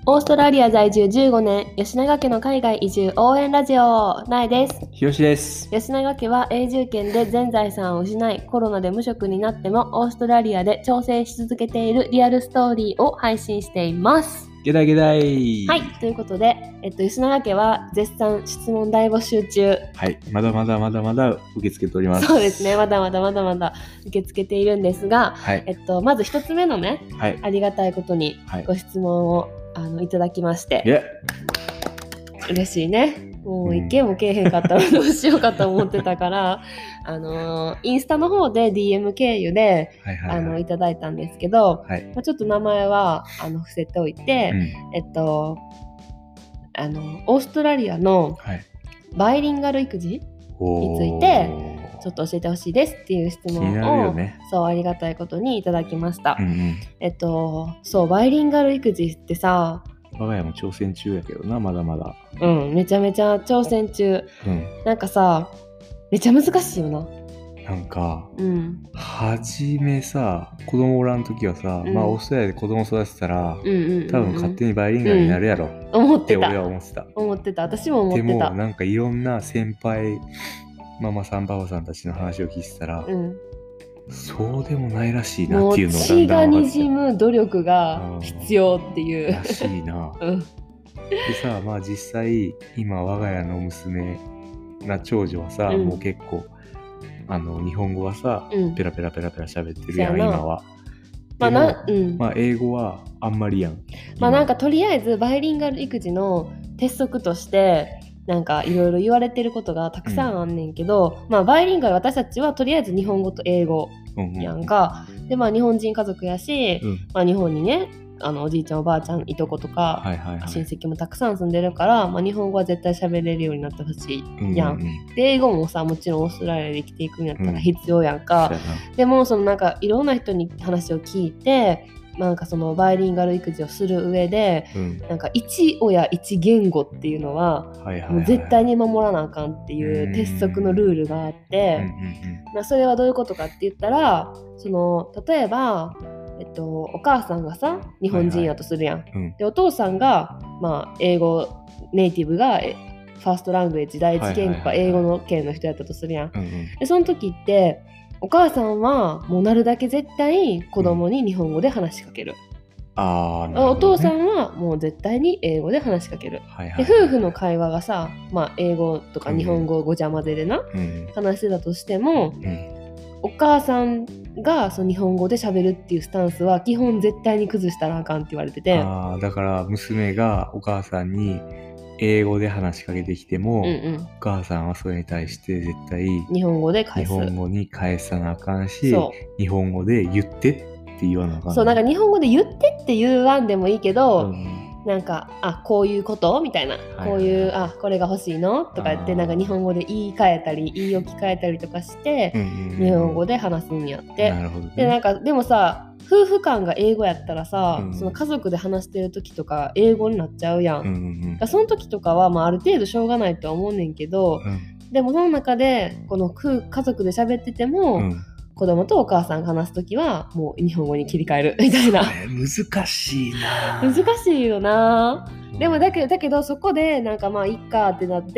オーストラリア在住15年、吉永家の海外移住応援ラジオ、なえです。 ひろしです。 吉永家は永住権で全財産を失い、コロナで無職になってもオーストラリアで挑戦し続けているリアルストーリーを配信しています。 ゲダゲダイ。 はい、ということで、吉永家は絶賛質問大募集中。 はい、まだまだ受け付けております。 そうですね、まだまだ受け付けているんですが、 はい、 まず一つ目のね、 はい、 ありがたいことにご質問を、いただきまして、嬉しいね。もう一件もけえへんかったらどうしようかと思ってたからインスタの方で DM 経由で、いただいたんですけど、ちょっと名前は伏せておいて、オーストラリアのバイリンガル育児についてちょっと教えてほしいですっていう質問を、そうありがたいことにいただきました。そうバイリンガル育児ってさ、 我が家も挑戦中やけどな、まだまだ。 めちゃめちゃ挑戦中。なんかさ、めちゃ難しいよな。 なんか、初めさ、子供おらん時はさ、まあオーストラリアで子供育てたら、多分勝手にバイリンガルになるやろ、って俺は思ってた。私も思ってた。でもなんかいろんな先輩ママさんパパさんたちの話を聞いてたら、そうでもないらしいなっていうのをだんだん分かって、血が滲む努力が必要っていうらしいな。でさ、まあ実際今我が家の娘な長女はさ、もう結構日本語はさ、ペラペラ喋ってるやん今は。まあ英語はあんまりやん。 まあなんかとりあえずバイリンガル育児の鉄則としてなんかいろいろ言われてることがたくさんあんねんけど、まあバイリンガル私たちはとりあえず日本語と英語やんか。でまあ日本人家族やし、まあ日本にねおじいちゃんおばあちゃんいとことか、親戚もたくさん住んでるから、まあ、日本語は絶対喋れるようになってほしいやん、で英語もさもちろんオーストラリアで生きていくんやったら必要やんか、でもそのなんかいろんな人に話を聞いてなんかそのバイリンガル育児をする上で、なんか一親一言語っていうのはもう絶対に守らなあかんっていう鉄則のルールがあって、まあ、それはどういうことかって言ったらその例えばお母さんがさ日本人やとするやん、でお父さんが、まあ、英語ネイティブがファーストラングエッジ第一言語が英語の圏の人やったとするやん、でその時ってお母さんはもうなるだけ絶対子供に日本語で話しかける、お父さんはもう絶対に英語で話しかける、で夫婦の会話がさ、まあ、英語とか日本語をごちゃ混ぜでな、話してたとしても、お母さんがその日本語で喋るっていうスタンスは基本絶対に崩したらあかんって言われてて、 だから娘がお母さんに英語で話しかけてきても、お母さんはそれに対して絶対日本語で返す、 日本語に返さなあかんし、日本語で言ってって言わなあかん。 そうなんか日本語で言ってって言わんでもいいけど、なんかこういうことみたいな、こういうこれが欲しいのとか言ってなんか日本語で言い換えたり言い置き換えたりとかして、日本語で話すんやって。でなんかでもさ夫婦間が英語やったらさ、その家族で話してる時とか英語になっちゃうやん、その時とかは、まあ、ある程度しょうがないとは思うねんけど、でもその中でこの家族で喋ってても、子供とお母さんが話すときはもう日本語に切り替えるみたいな。 難しいな。 難しいよな。でもだけどそこでなんかまあいっかってなって、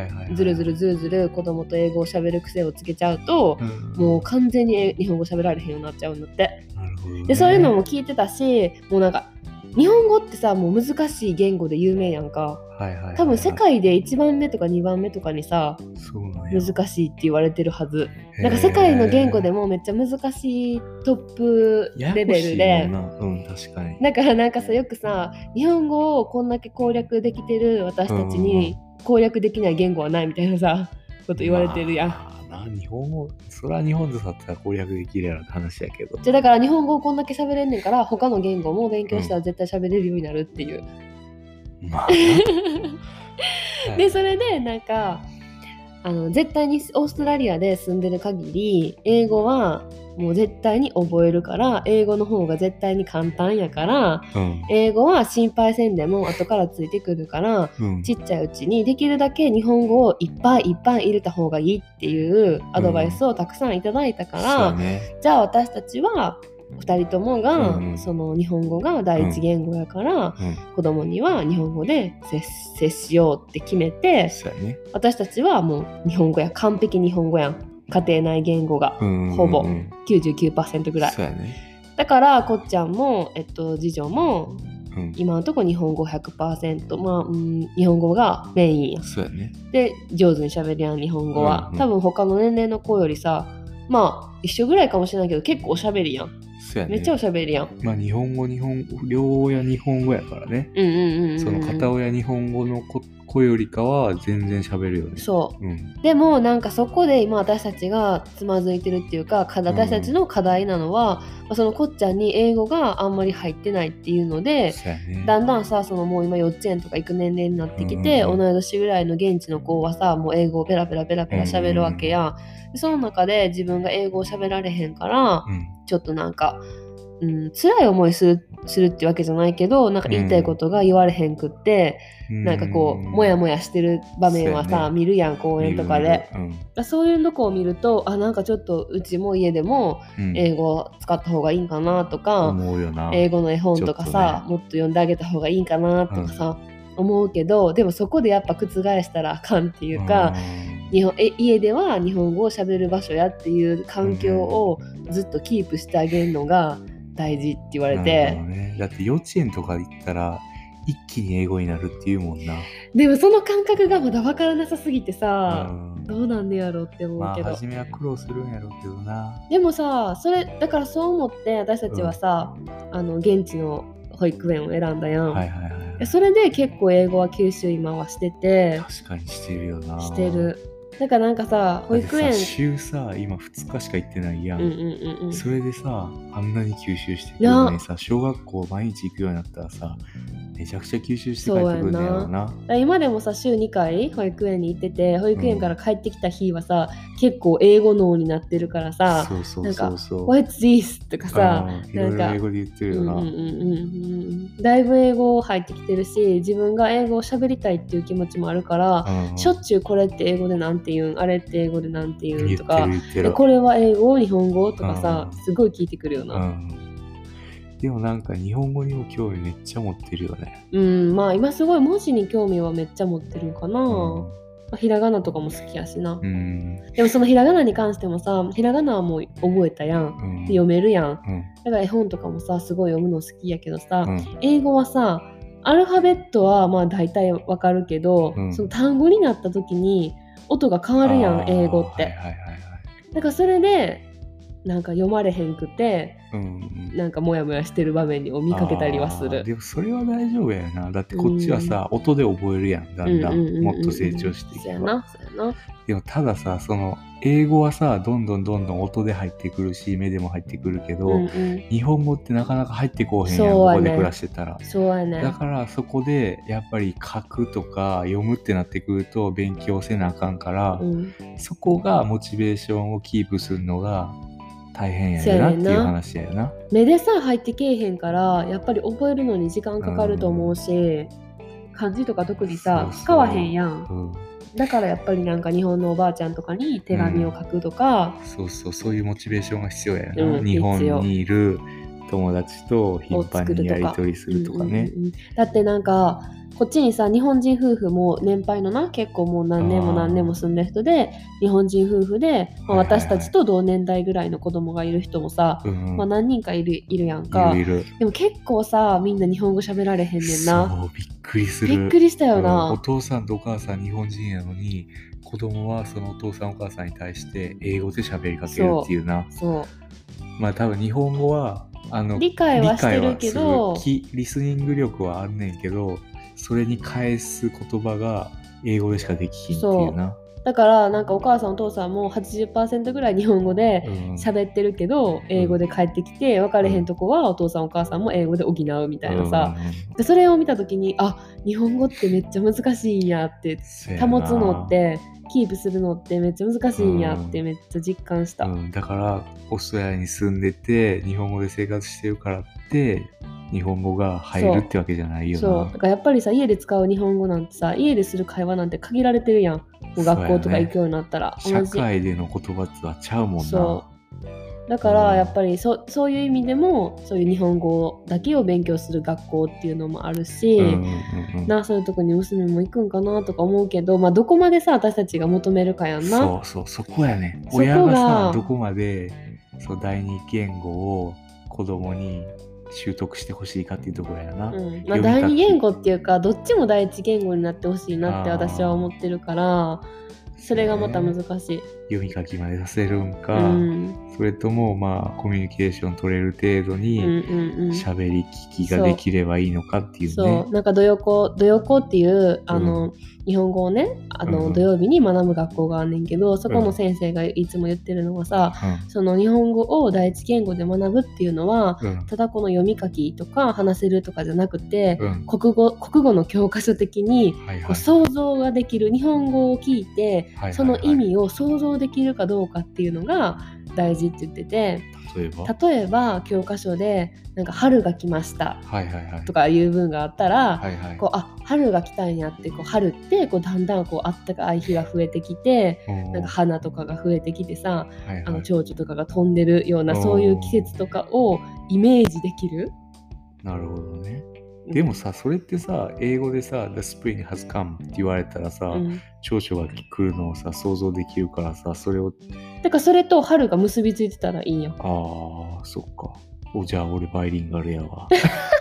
ずるずる子供と英語を喋る癖をつけちゃうと、もう完全に日本語喋られへんようになっちゃうんだって。でそういうのも聞いてたし、もうなんか日本語ってさもう難しい言語で有名やんか。多分世界で1番目とか2番目とかにさ難しいって言われてるはず。なんか世界の言語でもめっちゃ難しいトップレベルで、 確かに。 だからなんかさよくさ日本語をこんだけ攻略できてる私たちに攻略できない言語はないみたいなさこと言われてるやん。 日本語それは日本でだったら攻略できるやろって話やけど、 じゃだから日本語をこんだけ喋れんねんから他の言語も勉強したら絶対喋れるようになるっていう、でそれでなんか絶対にオーストラリアで住んでる限り英語はもう絶対に覚えるから英語の方が絶対に簡単やから、英語は心配せんでも後からついてくるから、ちっちゃいうちにできるだけ日本語をいっぱい入れた方がいいっていうアドバイスをたくさんいただいたから、じゃあ私たちは 2人ともが、その日本語が第一言語やから、子供には日本語で接しようって決めて、私たちはもう日本語や完璧日本語やん、家庭内言語がほぼ 99% ぐらい、だからこっちゃんも、次女も、今のところ日本語 100%、日本語がメインや。 そうやね。 で上手に喋るやん日本語は、多分他の年齢の子よりさ、一緒ぐらいかもしれないけど結構おしゃべりやん。そうやね。めっちゃおしゃべりやん。 日本語両親日本語やからね。その片親日本語の子よりかは全然喋るよね。 そう、でもなんかそこで今私たちがつまずいてるっていうか、私たちの課題なのは、そのこっちゃんに英語があんまり入ってないっていうので、だんだんさ、そのもう今幼稚園とか行く年齢になってきて、同い年ぐらいの現地の子はさ、もう英語をペラペラ喋るわけや、その中で自分が英語を喋られへんから、ちょっとなんか辛い思いするってわけじゃないけど、なんか言いたいことが言われへんくって、なんかこうモヤモヤしてる場面はさ、見るやん、公園とかで。そういうとこを見ると、なんかちょっとうちも家でも英語を使った方がいいんかなとか、英語の絵本とかさ、もっと読んであげた方がいいんかなとかさ、思うけど、でもそこでやっぱ覆したらあかんっていうか、家では日本語を喋る場所やっていう環境をずっとキープしてあげるのが大事って言われて、 だって幼稚園とか行ったら一気に英語になるっていうもんな。 でもその感覚がまだ分からなさすぎてさ、どうなんでやろうって思うけど、 初めは苦労するんやろうけどな。 でもさ、それだからそう思って私たちはさ、現地の保育園を選んだやん。それで結構英語は吸収今はしてて。 確かにしてるよな。 してる。だからなんかさ、保育園週さ、今2日しか行ってないやん。それでさ、あんなに吸収してくるのにさ、小学校毎日行くようになったらさ、めちゃくちゃ吸収して帰ってくるんだよな。 今でもさ、週2回保育園に行ってて、保育園から帰ってきた日はさ、結構英語脳になってるからさ、なんか What's this? とかさ、 なんか英語で言ってるよな。 だいぶ英語入ってきてるし、自分が英語を喋りたいっていう気持ちもあるから、しょっちゅうこれって英語でなんて言うん、あれって英語でなんて言うんとか、これは英語日本語とかさ、すごい聞いてくるよな。 でもなんか日本語にも興味めっちゃ持ってるよね。 今すごい文字に興味はめっちゃ持ってるかな。ひらがなとかも好きやしな。でもそのひらがなに関してもさ、ひらがなはもう覚えたやん。読めるやん。だから絵本とかもさ、すごい読むの好きやけどさ、英語はさ、アルファベットはまあ大体わかるけど、その単語になった時に音が変わるやん、英語って。だからそれでなんか読まれへんくて、なんかモヤモヤしてる場面を見かけたりはする。 でもそれは大丈夫やな。だってこっちはさ、音で覚えるやん、だんだんもっと成長していけば。でもたださ、その英語はさ、どんどん音で入ってくるし、目でも入ってくるけど、日本語ってなかなか入ってこうへんやん、ここで暮らしてたら。だからそこでやっぱり書くとか読むってなってくると勉強せなあかんから、そこがモチベーションをキープするのが大変やなっていう話やな。 目でさ入ってけえへんから、やっぱり覚えるのに時間かかると思うし、漢字とか特にさ使わへんやん。だからやっぱりなんか日本のおばあちゃんとかに手紙を書くとか、 そういうモチベーションが必要やな。日本にいる友達と頻繁にやり取りするとかね。 だってなんかこっちにさ、日本人夫婦も年配のな、結構もう何年も住んでる人で、日本人夫婦で、私たちと同年代ぐらいの子供がいる人もさ、何人かいるやんか。でも結構さ、みんな日本語喋られへんねんな。 そう、びっくりする。 びっくりしたよな。 お父さんとお母さん日本人やのに、子供はそのお父さんお母さんに対して英語で喋りかけるっていうな。まあ多分日本語は理解はしてるけど、 リスニング力はあんねんけど、それに返す言葉が英語でしかできひんっていうな。 だからなんかお母さんお父さんも 80% ぐらい日本語で喋ってるけど、英語で帰ってきて分かれへんとこはお父さんお母さんも英語で補うみたいなさ、でそれを見た時に、日本語ってめっちゃ難しいんやって、保つのってキープするのってめっちゃ難しいんやってめっちゃ実感した。 だからオーストラリアに住んでて日本語で生活してるからって日本語が入るってわけじゃないよな。 そうだからやっぱりさ、家で使う日本語なんてさ、家でする会話なんて限られてるやん。もう学校とか行くようになったら、 社会での言葉ってはちゃうもんな。 だからやっぱりそういう意味でもそういう日本語だけを勉強する学校っていうのもあるし、そういうとこに娘も行くんかなとか思うけど、どこまでさ私たちが求めるかやんな。 そこやね。親がさどこまで第二言語を子供に習得してほしいかっていうところやな。 第二言語っていうかどっちも第一言語になってほしいなって私は思ってるから、それがまた難しい。 読み書きまでさせるんか、それともコミュニケーション取れる程度に喋り聞きができればいいのかっていうね。 そうなんか土曜校っていう日本語をね土曜日に学ぶ学校があんねんけど、そこの先生がいつも言ってるのはさ、その日本語を第一言語で学ぶっていうのは、ただこの読み書きとか話せるとかじゃなくて、国語の教科書的に想像ができる、日本語を聞いてその意味を想像できるかどうかっていうのが大事って言ってて、例えば教科書でなんか春が来ましたとかいう文があったら、春が来たんやって春ってだんだんあったかい日が増えてきて、なんか花とかが増えてきてさ、蝶々とかが飛んでるようなそういう季節とかをイメージできる。 なるほどね。でもさ、それってさ、英語でさ The spring has come って言われたらさ、蝶々が来るのをさ想像できるからさ、それをだからそれと春が結びついてたらいいんや。 そっか。じゃあ俺バイリンガルやわ。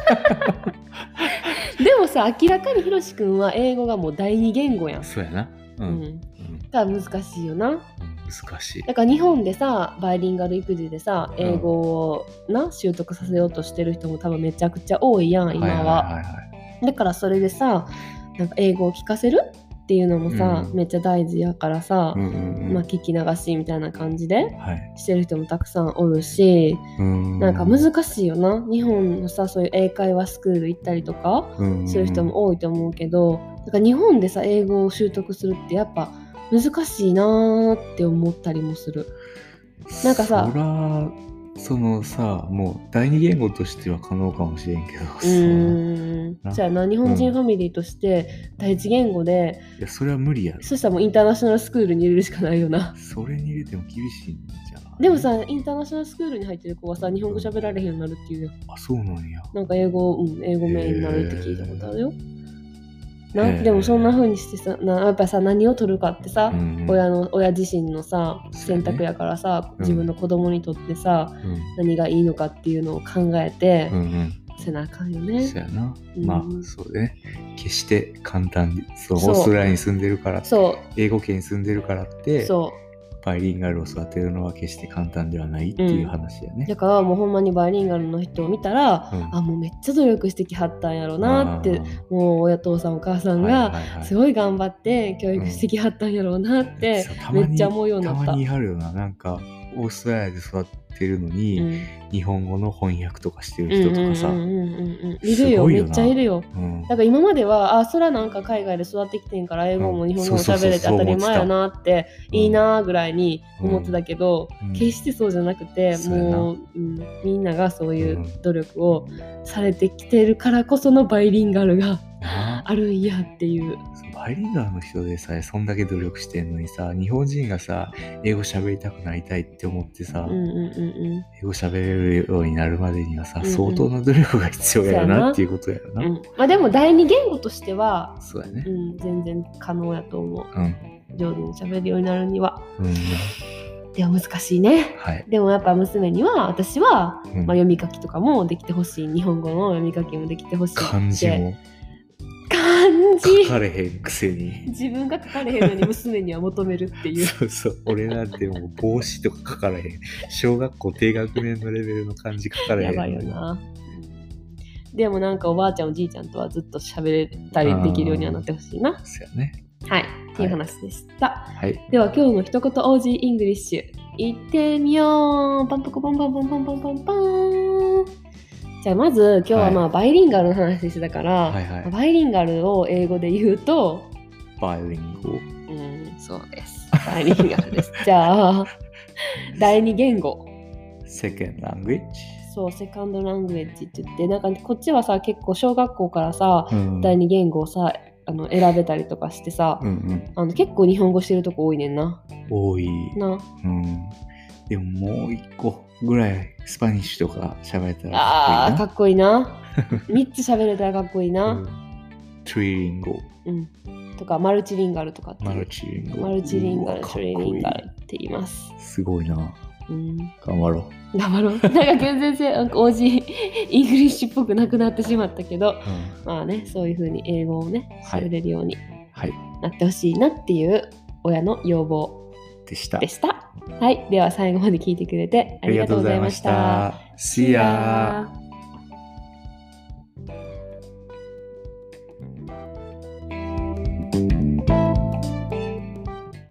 でもさ、明らかにひろしくんは英語がもう第二言語やん。 そうやな。 だから難しいよな。 難しい。 だから日本でさバイリンガル育児でさ英語を習得させようとしてる人も多分めちゃくちゃ多いやん今は。だからそれでさなんか英語を聞かせるっていうのもさ、めっちゃ大事やからさ、聞き流しみたいな感じでしてる人もたくさんおるし、なんか難しいよな。日本のさそういう英会話スクール行ったりとかする人も多いと思うけど、なんか日本でさ英語を習得するってやっぱ難しいなーって思ったりもする。なんかさ、 そのさもう第二言語としては可能かもしれんけどさ、じゃあ日本人ファミリーとして第一言語で、 いやそれは無理やろ。 そしたらもうインターナショナルスクールに入れるしかないよな。 それに入れても厳しいんじゃない？ でもさインターナショナルスクールに入ってる子はさ日本語喋られへんようになるっていうよ。 そうなんや。 なんか英語メインになるって聞いたことあるよ。でもそんな風にしてさやっぱさ何を取るかってさ、親自身のさ選択やからさ、自分の子供にとってさ、何がいいのかっていうのを考えて、せなあかんよね。 そうやな。そうね。決して簡単にオーストラリアに住んでるから英語圏に住んでるからってバイリンガルを育てるのは決して簡単ではないっていう話やね。 だからもうほんまにバイリンガルの人を見たら、もうめっちゃ努力してきはったんやろなって、もう親父さんお母さんがすごい頑張って教育してきはったんやろうなってめっちゃ思うようになった。 たまにあるよな。なんかオーストラリアで育ってるのに、日本語の翻訳とかしてる人とかさ、 いるよ、めっちゃいるよ。だから今まではそらなんか海外で育ってきてんから英語も日本語も喋れて当たり前やなっていいなぐらいに思ってたけど、決してそうじゃなくて、もう、みんながそういう努力をされてきてるからこそのバイリンガルがあるんやっていう。 バイリンガルの人でさえそんだけ努力してんのにさ、日本人がさ英語喋りたくなりたいって思ってさ、英語喋れるようになるまでにはさ、相当な努力が必要やなっていうことやな。 でも第二言語としてはそうやね、 全然可能やと思う。上手に喋るようになるには。でも難しいね。でもやっぱ娘には私は、読み書きとかもできてほしい。日本語の読み書きもできてほしいって。 漢字も書かれへんくせに自分が書かれへんのに娘には求めるっていう。 そう俺なんてもう帽子とか書かれへん。小学校低学年のレベルの漢字書かれへん。 やばいよな。でもなんかおばあちゃんおじいちゃんとはずっと喋れたりできるようにはなってほしいな。 そうやね。 はいっていう話でした。では今日の一言 OG イングリッシュいってみよう。パンパコパンパンパンパンパンパンパン。じゃあまず今日はバイリンガルの話してたから、バイリンガルを英語で言うとバイリンゴ。 そうです。バイリンガルです。じゃあ第二言語。 セカンドラングエッジ。 そう、セカンドラングエッジって言って、なんかこっちはさ結構小学校からさ、第二言語をさ選べたりとかしてさ、結構日本語してるとこ多いねんな。 多いな。 でももう一個ぐらいスパニッシュとか喋れたらかっこいいな。3つ喋れたらかっこいいな。 トリリンゴ。 とかマルチリンガルとかってマルチリンゴ。 マルチリンガル、トリリンガルって言います。 すごいな。頑張ろう。頑張ろう。なんか全然OGイングリッシュっぽくなくなってしまったけど、まあね、そういう風に英語をね、喋れるようになってほしいなっていう親の要望でした。はい、では最後まで聞いてくれてありがとうございました。 See ya!